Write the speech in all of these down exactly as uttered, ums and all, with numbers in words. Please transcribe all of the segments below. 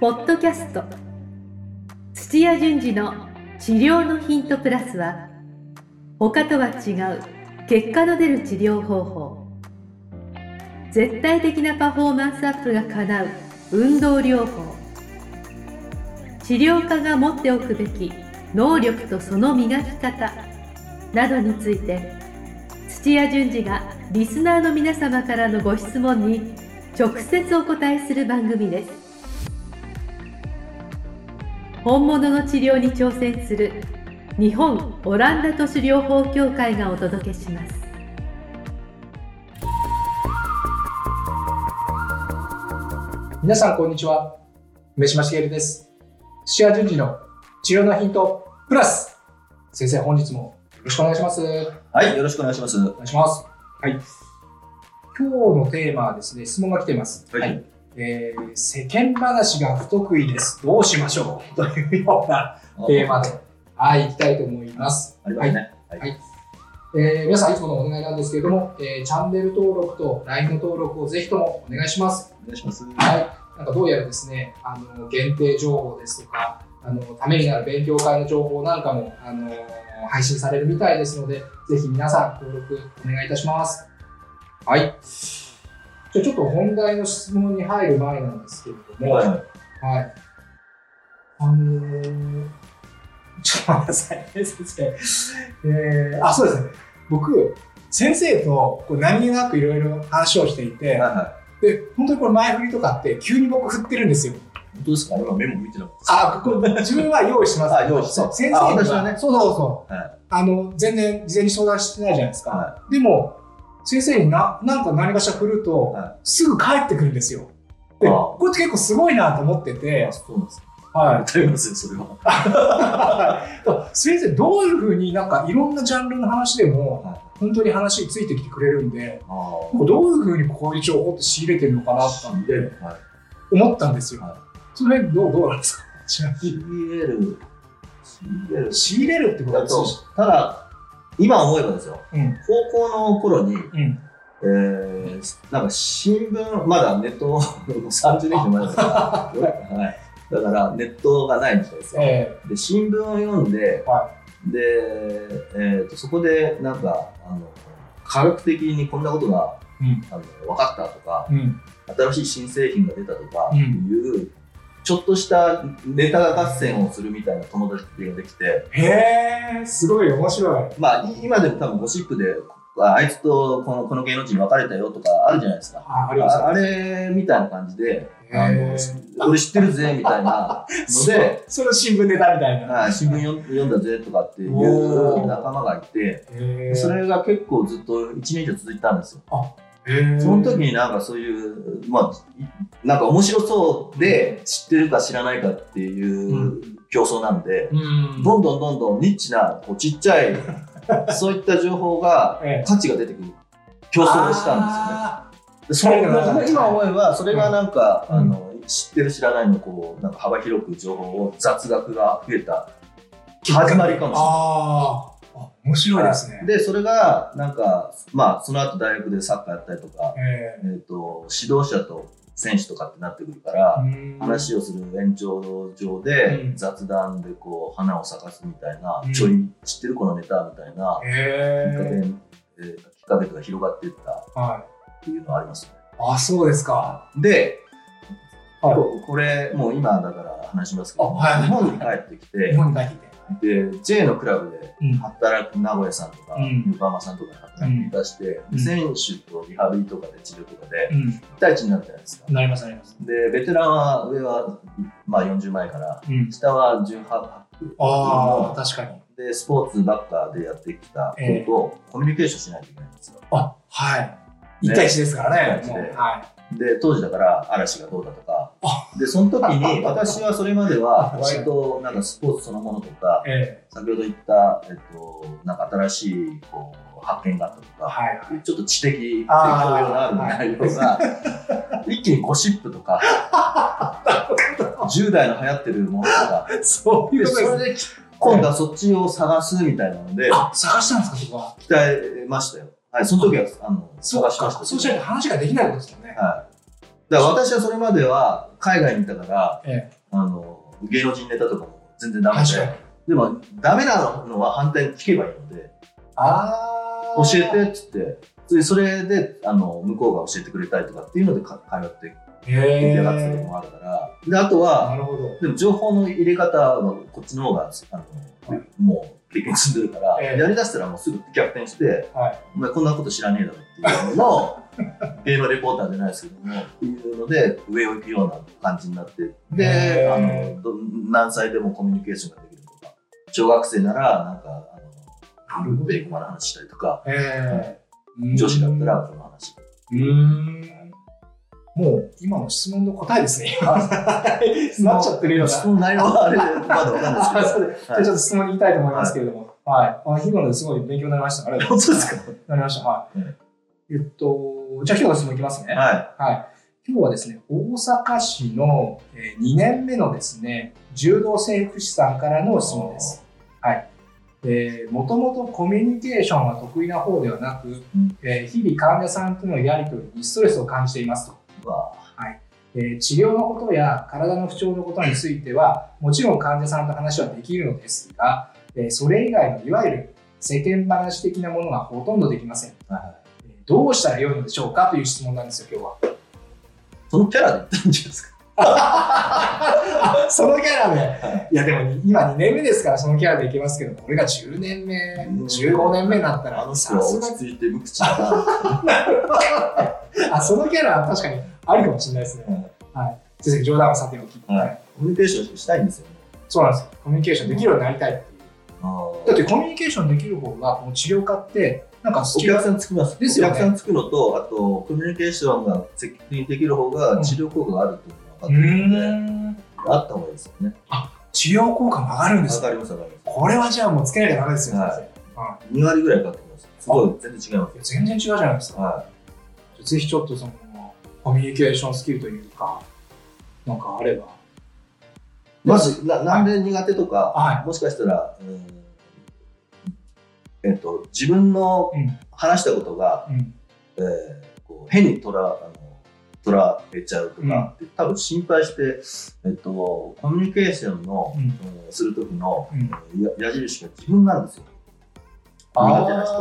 ポッドキャスト土屋順次の治療のヒントプラスは、他とは違う結果の出る治療方法、絶対的なパフォーマンスアップが叶う運動療法、治療家が持っておくべき能力とその磨き方などについて、土屋順次がリスナーの皆様からのご質問に直接お答えする番組です。本物の治療に挑戦する日本オランダ都市療法協会がお届けします。 皆さんこんにちは、梅島茂です。土屋順次の治療のヒントプラス、先生本日もよろしくお願いします。 はい、よろしくお願いします。 お願いします。はい。今日のテーマはですね、質問が来ています。 はい。 はいえー、世間話が不得意です。どうしましょうというようなテーマで、はい、いきたいと思います。 ありますね。 はい。はいえー、皆さんいつものお願いなんですけれども、えー、チャンネル登録と ライン の登録をぜひともお願いします。 お願いします。 はい。なんかどうやらですね、あの限定情報ですとか、あのためになる勉強会の情報なんかもあの配信されるみたいですので、ぜひ皆さん登録お願いいたします。はい。じゃあちょっと本題の質問に入る前なんですけれども、はい。はい、あのー、ちょっと待ってくださいね、先生。えー、あ、そうですね。僕、先生とこう何気なくいろいろ話をしていて、はいはい、で、本当にこれ前振りとかって急に僕振ってるんですよ。 本当ですか？今メモ見てなかったあ、ここ自分は用意します。 あ、用意して。 そう、先生には、はね、そうそうそう、はい。あの、全然事前に相談してないじゃないですか。はい、でも、先生にな、なんか何かしら振ると、はい、すぐ帰ってくるんですよ。で、これって結構すごいなと思ってて。 あ、そうなんですか。 はい。 わかりますよ、それは。 先生、どういうふうになんかいろんなジャンルの話でも、はい、本当に話についてきてくれるんで、あどういうふうにこういう情報って仕入れてるのかなって思ったんですよ。はい、それどう、どうなんですか？ 仕入れる。 仕入れる。仕入れるってことです。 ただ、今思えばですよ、うん、高校の頃に、うんえー、なんか新聞、まだネットさんじゅうねん以上前ですから、はい、だからネットがないんですよ、えー、で新聞を読んで、はい、で、えー、とそこでなんかあの科学的にこんなことが、うん、あの分かったとか、うん、新しい新製品が出たとかいう、うんちょっとしたネタ合戦をするみたいな友達ができて、 へー、すごい面白い。 まあ今でも多分ゴシップであいつとこのこの芸能人別れたよとかあるじゃないですか。あ, あ, りますあ, あれみたいな感じで、あの俺知ってるぜみたいなので、 その新聞ネタみたいな。 新聞読んだぜとかっていう仲間がいて、それが結構ずっといちねん以上続いたんですよ。あその時になんかそういう、まあ、なんか面白そうで知ってるか知らないかっていう競争なんで、うん、どんどんどんどんニッチなこうちっちゃいそういった情報が価値が出てくる競争をしたんですよね。それ今思えばそれがなんか、うん、あの知ってる知らないのこうなんか幅広く情報を雑学が増えた始まりかもしれない。 あ面白いですね。 で、それが、なんか、まあ、その後大学でサッカーやったりとか、えーえーと、指導者と選手とかってなってくるから、話をする延長上で、雑談でこう、花を咲かすみたいな、ちょい知ってるこのネタみたいな、きっかけ、えー、きっかけとか広がっていったっていうのはありますね。 あ、そうですか。 で、はい、こ, これ、もう今だから話しますけど、はい、日本に帰ってきて、 日本に帰ってきて。 で J のクラブで働く名古屋さんとか、うん、横浜さんとかで働いて出して、うん、選手とリハビリとかで治療とかでいち対いちになるじゃないですか。 なりますなります。 でベテランは上は、まあ、よんじゅうまえから、うん、下はじゅうはちパック。 ああ確かに。 でスポーツばっかでやってきたことと、えー、コミュニケーションしないといけないんですよ。 あはいいち対いちですからね。 いち対いちで、はい、で当時だから嵐がどうだとかでその時に私はそれまでは割となんかスポーツそのものとか、えー、先ほど言った、えっと、なんか新しいこう発見があったとか、はいはい、ちょっと知的的教養がある内容が、はい、一気にゴシップとかじゅう代の流行ってるものとかそういうことです。 それで今度はそっちを探すみたいなので、 あ探したんですかそこは。 鍛えましたよ。はい、その時はあの探しました。 そうしないと話ができないことですもんね。 はい。 だから私はそれまでは海外にいたから、 ええ、 あの芸能人ネタとかも全然ダメで、でもダメなのは反対に聞けばいいので、 あ教えてっつって、それであの向こうが教えてくれたりとかっていうので会話って出来上がってたのもあるから、であとはなるほど、 でも情報の入れ方はこっちの方があの、はい、もう経験積んでるから、えー、やりだしたらもうすぐ逆転して、はい、お前こんなこと知らねえだろっていうのを芸能レポーターじゃないですけどもっていうので上を行くような感じになって、で、あのど何歳でもコミュニケーションができるとか、小学生ならなんかあのベーコマの話したりとか、えー、女子だったらこの話。 うーん、もう今の質問の答えですね。なっちゃってるような。 質問内容はあれまだわかんないですけど。 じゃあちょっと質問に行きたいと思いますけれども。はい。はい、日頃ですごい勉強になりました。ありがとうございます。 本当ですか？ なりました。はい。うん、えっと、じゃあ今日の質問いきますね。はい。はい。今日はですね、大阪市のにねんめのですね、柔道整復師さんからの質問です。はい。えー、もともとコミュニケーションが得意な方ではなく、うん、えー、日々患者さんとのやり取りにストレスを感じていますと。はいえー、治療のことや体の不調のことについてはもちろん患者さんと話はできるのですが、えー、それ以外のいわゆる世間話的なものがほとんどできません、はいえー、どうしたらよいのでしょうかという質問なんですよ今日は。 そのキャラで言ったんじゃないですか。 そのキャラで、はい、いやでも今にねんめですからそのキャラでいけますけど、これがじゅうねんめ、じゅうごねんめになったらさすがに落ち着いて無口だな。 あ、そのキャラは確かにあるかもしれないですね。はい。先生、冗談はさておき。 はい。コミュニケーションしたいんですよね。 そうなんですよ。コミュニケーションできるようになりたいっていう。だってコミュニケーションできる方がこの治療家ってなんかお客さんつきます。 ですよね。 お客さんつくのと、あとコミュニケーションが積極的にできる方が治療効果があるっていうのが分かってるので、あった方がいいですよね。 あ、治療効果も上がるんですか？ 上がります、上がります。 これはじゃあもうつけなきゃダメですよ、先生。にわりぐらいかかってきます。すごい全然違います。 全然違うじゃないですか。はい。ぜひちょっとそのコミュニケーションスキルというか、なんかあれば。 まず、な, なんで苦手とか、はい、もしかしたら、うんえっと、自分の話したことが、うんえー、こう変にとら、あの取られちゃうとか、うん、多分心配して、えっと、コミュニケーションの、うんえー、する時の、うん、や, 矢印が自分なんですよ。苦手な人って。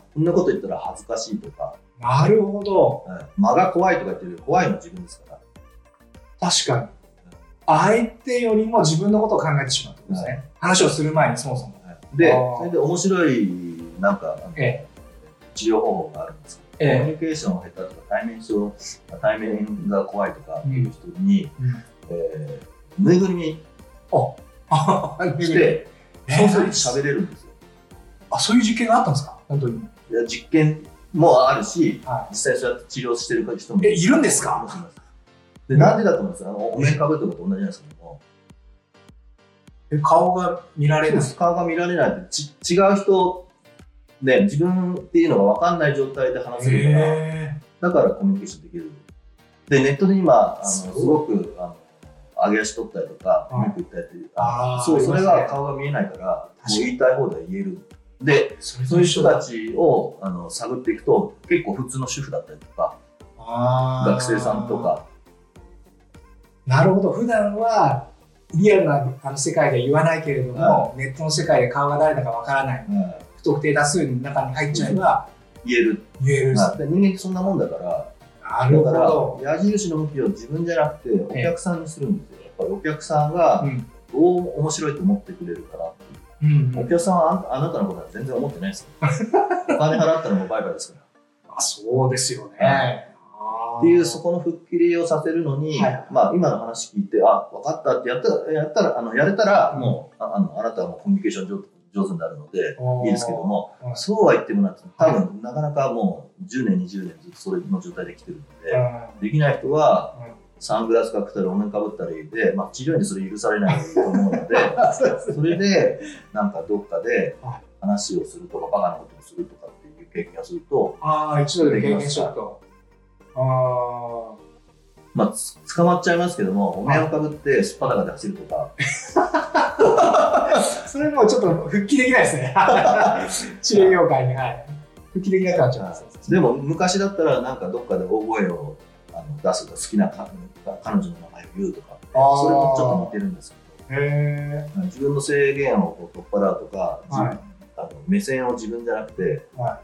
こんなこと言ったら恥ずかしいとか。 なるほど、 はい。間が怖いとか言ってるより怖いのは自分ですから。 確かに。相手よりも自分のことを考えてしまうってことですね。はい、話をする前にそもそも。はい、 で、それで面白いなんか、ええ、治療方法があるんですけど、ええ、コミュニケーションを下手とか対面症、対面が怖いとかっていう人に、うんえー、ぬいぐるみをして、そうすると喋れるんですよ。 あ、そういう実験があったんですか？本当に。 いや、実験もあるし、はい、実際そうやって治療してる人もえいるんですか？ で、なんでだと思うんですか？お面かぶるとかと同じなんですけども。 え、顔が見られない？ 顔が見られないってち違う人で自分っていうのが分かんない状態で話せるから、だからコミュニケーションできる。で、ネットで今、あのすごくあの上げ足取ったりとか、コミュニケーションったりって、あそう、それが顔が見えないから、言いたい放題言える。で、そういう人たちをあの探っていくと、結構普通の主婦だったりとか、学生さんとか。 なるほど、普段はリアルなあの世界で言わないけれども、はい、ネットの世界で顔が誰だかわからない、はい、不特定多数の中に入っちゃえば、 うん、言える。 言える。 はい、で人間ってそんなもんだから、 なるほど。 矢印の向きを自分じゃなくてお客さんにするんですよ。やっぱりお客さんがどう面白いと思ってくれるかなっていう。うんうん、お客さんは あ, あなたのことは全然思ってないですよ。お金払ったらもうバイバイですから。 あ、そうですよね。はいっていうそこの吹っ切りをさせるのに、はい、まあ今の話聞いて、あ、分かったってやったら、やったら、あの、やれたら、うん、もう、あ, あの、あなたはもうコミュニケーション上上手になるので、いいですけども、そうは言ってもなくて、多分、なかなかもうじゅうねん、にじゅうねんずっとそれの状態で来てるので、できない人は、サングラスかけたり、お面かぶったりで、まあ治療院でそれ許されないと思うので、それで、なんかどっかで話をするとか、バカなことをするとかっていう経験をすると、 ああ、一度で経験しちゃうと。あまあ、捕まっちゃいますけども、お面をかぶってすっぱだかで走るとか。 それもうちょっと復帰できないですね。治療業界に、はい。復帰できなくなっちゃいます。 でも昔だったらなんかどっかで大声をあの出すとか好きな彼女の名前を言うとか、それとちょっと似てるんですけど、へ自分の制限をこう取っ払うとか、はい、あの目線を自分じゃなくて、はい、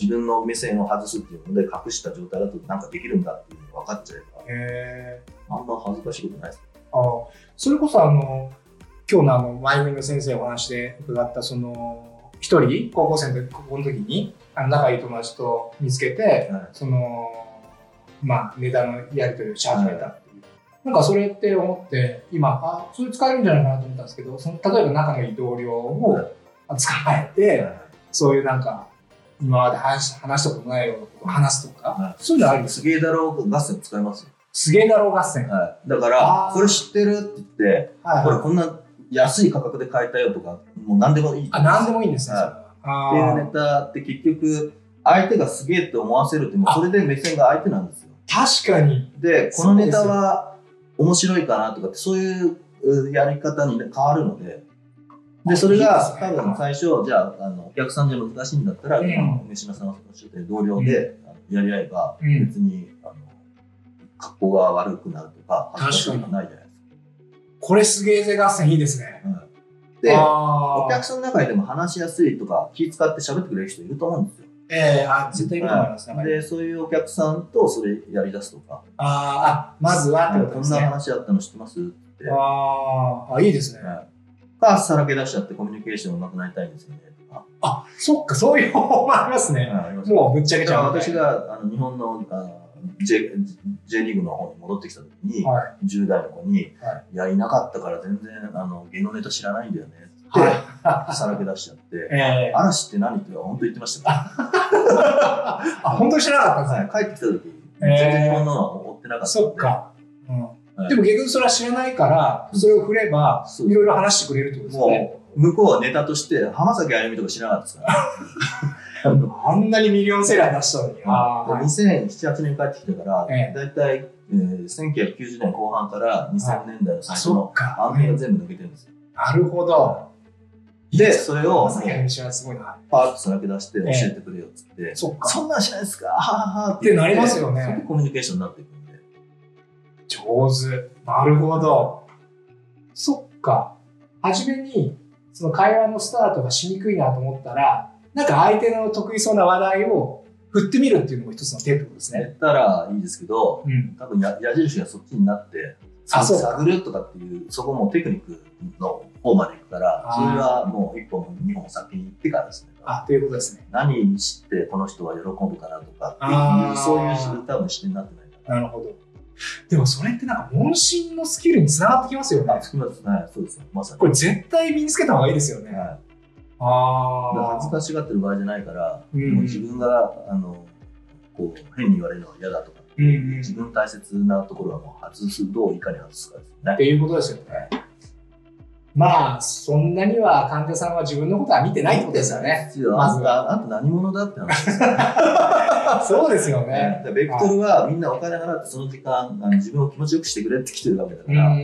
自分の目線を外すっていうので隠した状態だとなんかできるんだっていうのが分かっちゃえば、へあんま恥ずかしいことないです。 あそれこそあの今日のあの前組の先生お話で伺ったその一人高校生の時高校の時にあの仲いい友達と見つけて、はい、そのまあネタのやり取りをし始めたっていう、はい、なんかそれって思って今あそれ使えるんじゃないかなと思ったんですけど、その例えば仲のいい同僚を捕まえて、はい、そういうなんか今まで話し、話したことないようなことを話すとか、はい、そういうのあります。 すげえだろう合戦使いますよ。 すげえだろう合戦、 はい、だからこれ知ってるって言って、はいはい、これこんな安い価格で買えたよとかもう何でもいい。 あ、何でもいいんですね。はい、 っていうネタって結局相手がすげえって思わせるってもうそれで目線が相手なんですよ。 確かに。 でこのネタは面白いかなとかってそういうやり方に変わるので、でそれが多分最初じゃあ、あのお客さんじゃ難しいんだったら、うん、飯島さんの同僚でやり合えば、うん、別にあの格好が悪くなるとか恥ずかしくないじゃないですか。 これすげえぜ合戦いいですね。うん、 でお客さんの中でも話しやすいとか気使って喋ってくれる人いると思うんですよ。 ええー、あ絶対いると思います、 ね。でそういうお客さんとそれやりだすとか。 ああまずはってことですね。 こんな話あったの知ってますって。 ああいいですね。 かさらけ出しちゃってコミュニケーション上手くなりたいんですよねとか。 あそっかそういう方法もありますね。もうぶっちゃけちゃう。 私があの日本のあの J, J リーグの方に戻ってきた時に、はい、じゅう代の子に、はい、いやいなかったから全然あの芸能ネタ知らないんだよねってさらけ出しちゃって、えー、嵐って何って本当言ってましたあ本当に知らなかったんですね、 はい、帰ってきた時、えー、全然日本のは追ってなかったんで。 そっか、うんはい、でも逆にそれは知らないからそれを振ればいろいろ話してくれるってことですね。 向こうはネタとして浜崎あゆみとか知らなかったですからあんなにミリオンセラー出したのに。 あにせんなな、はちねん帰ってきてから、ええ、だいたい、えー、せんきゅうひゃくきゅうじゅうねんこう半からにせんねんだいの最初の案件が全部抜けてるんですよ。 なるほど。 で、それを、 浜崎あゆみ知らないすごいな。 パーッとさらけ出して教えてくれよっつって、ええ、そ, そんなんしないですかはははってなりますよね。 それでコミュニケーションになっていくんで。 上手。なるほど。そっか。はじめに、その会話のスタートがしにくいなと思ったら、なんか相手の得意そうな話題を振ってみるっていうのも一つの手ってことですね。 やったらいいですけど、うん、多分や矢印がそっちになって、探るとかっていう、そこもテクニックの方まで行くから、それはもう一本も二本も先に行ってからですね。 あ、ということですね。 何知ってこの人は喜ぶかなとかっていう、そういう多分視点になってないかな。なるほど。でもそれってなんか問診のスキルにつながってきますよね。 つきますね。そうですね。まさに。 これ絶対身につけた方がいいですよね。はい、 あ恥ずかしがってる場合じゃないから、うん、もう自分があのこう変に言われるのは嫌だとか、うんうん、自分大切なところはもう外す、どういかに外すかですね。 っていうことですよね。まあそんなには患者さんは自分のことは見てないってことですよね。 まずはあんた何者だって話ですよね。 そうですよね。 ベクトルはみんなお金払ってその時間あの自分を気持ちよくしてくれって来てるわけだから、うんうんうん、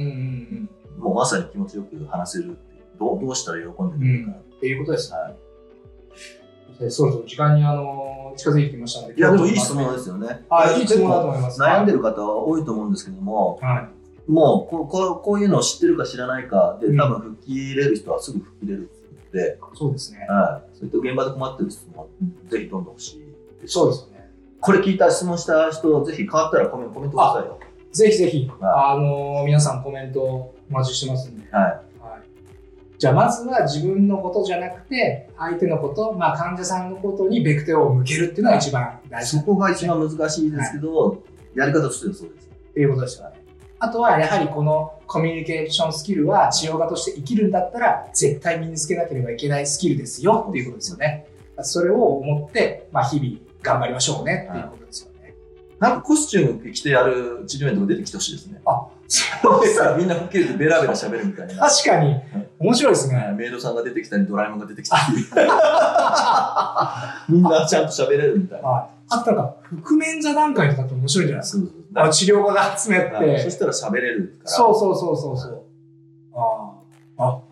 もうまさに気持ちよく話せるっていう、どう、どうしたら喜んでくれるかな、うん、 っていうことですね。はい、そろそろ時間にあの近づいてきましたので。 いやでもいい質問ですよね。 あ、いい質問だと思います。 悩んでる方は多いと思うんですけども、はい、もうこう、こう、こういうのを知ってるか知らないかで、多分吹っ切れる人はすぐ吹っ切れるので、 うん、そうですね。 はい、そういった現場で困ってる質問はぜひどんどん欲しい。 そうですよね。 これ聞いた質問した人、ぜひ変わったらコメントくださいよ。 ぜひぜひ、はい、あのー、皆さんコメントお待ちしてますんで。はい。はい、じゃあまずは自分のことじゃなくて、相手のこと、まあ患者さんのことにベクトルを向けるっていうのが一番大事、 ね。そこが一番難しいですけど、はい、やり方としてはそうです。 っていうことですよね。あとはやはりこのコミュニケーションスキルは治療家として生きるんだったら絶対身につけなければいけないスキルですよっていうことですよね。それを思って、まあ、日々頑張りましょうねっていうことですよね。 なんかコスチューム着てやる治療院とか出てきてほしいですね。あ、そうですか。みんな吹っ切れてベラベラ喋るみたいな。 確かに。面白いですね。 メイドさんが出てきたり、ドラえもんが出てきたり。みんなちゃんと喋れるみたいな。あ、 あとなんか、覆面座談会とかって面白いじゃないですか。あ、治療家が集めて。 そしたら喋れるから。 そうそうそうそうそう。ああ。あ、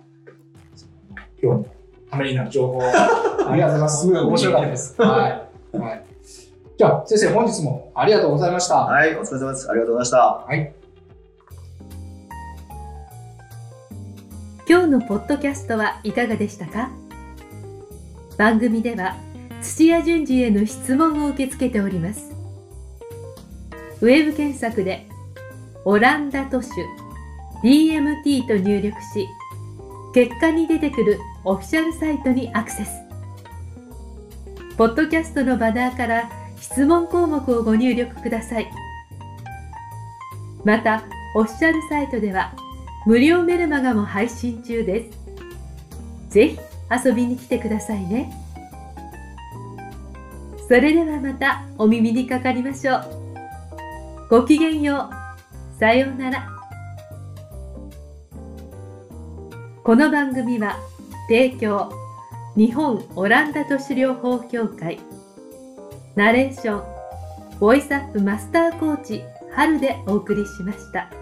今日ためになる情報ありがとうございます。すごい面白かったです。はい。はい。 じゃあ、先生、本日もありがとうございました。 はい、お疲れ様です。ありがとうございました。 はい。 今日のポッドキャストはいかがでしたか？番組では土屋順次への質問を受け付けております。ウェブ検索でオランダ都市 ディーエムティー と入力し、結果に出てくるオフィシャルサイトにアクセス。ポッドキャストのバナーから質問項目をご入力ください。また、オフィシャルサイトでは無料メルマガも配信中です。ぜひ遊びに来てくださいね。それではまたお耳にかかりましょう。ごきげんよう。さようなら。この番組は提供日本オランダ都市療法協会、ナレーションボイスアップマスターコーチ春でお送りしました。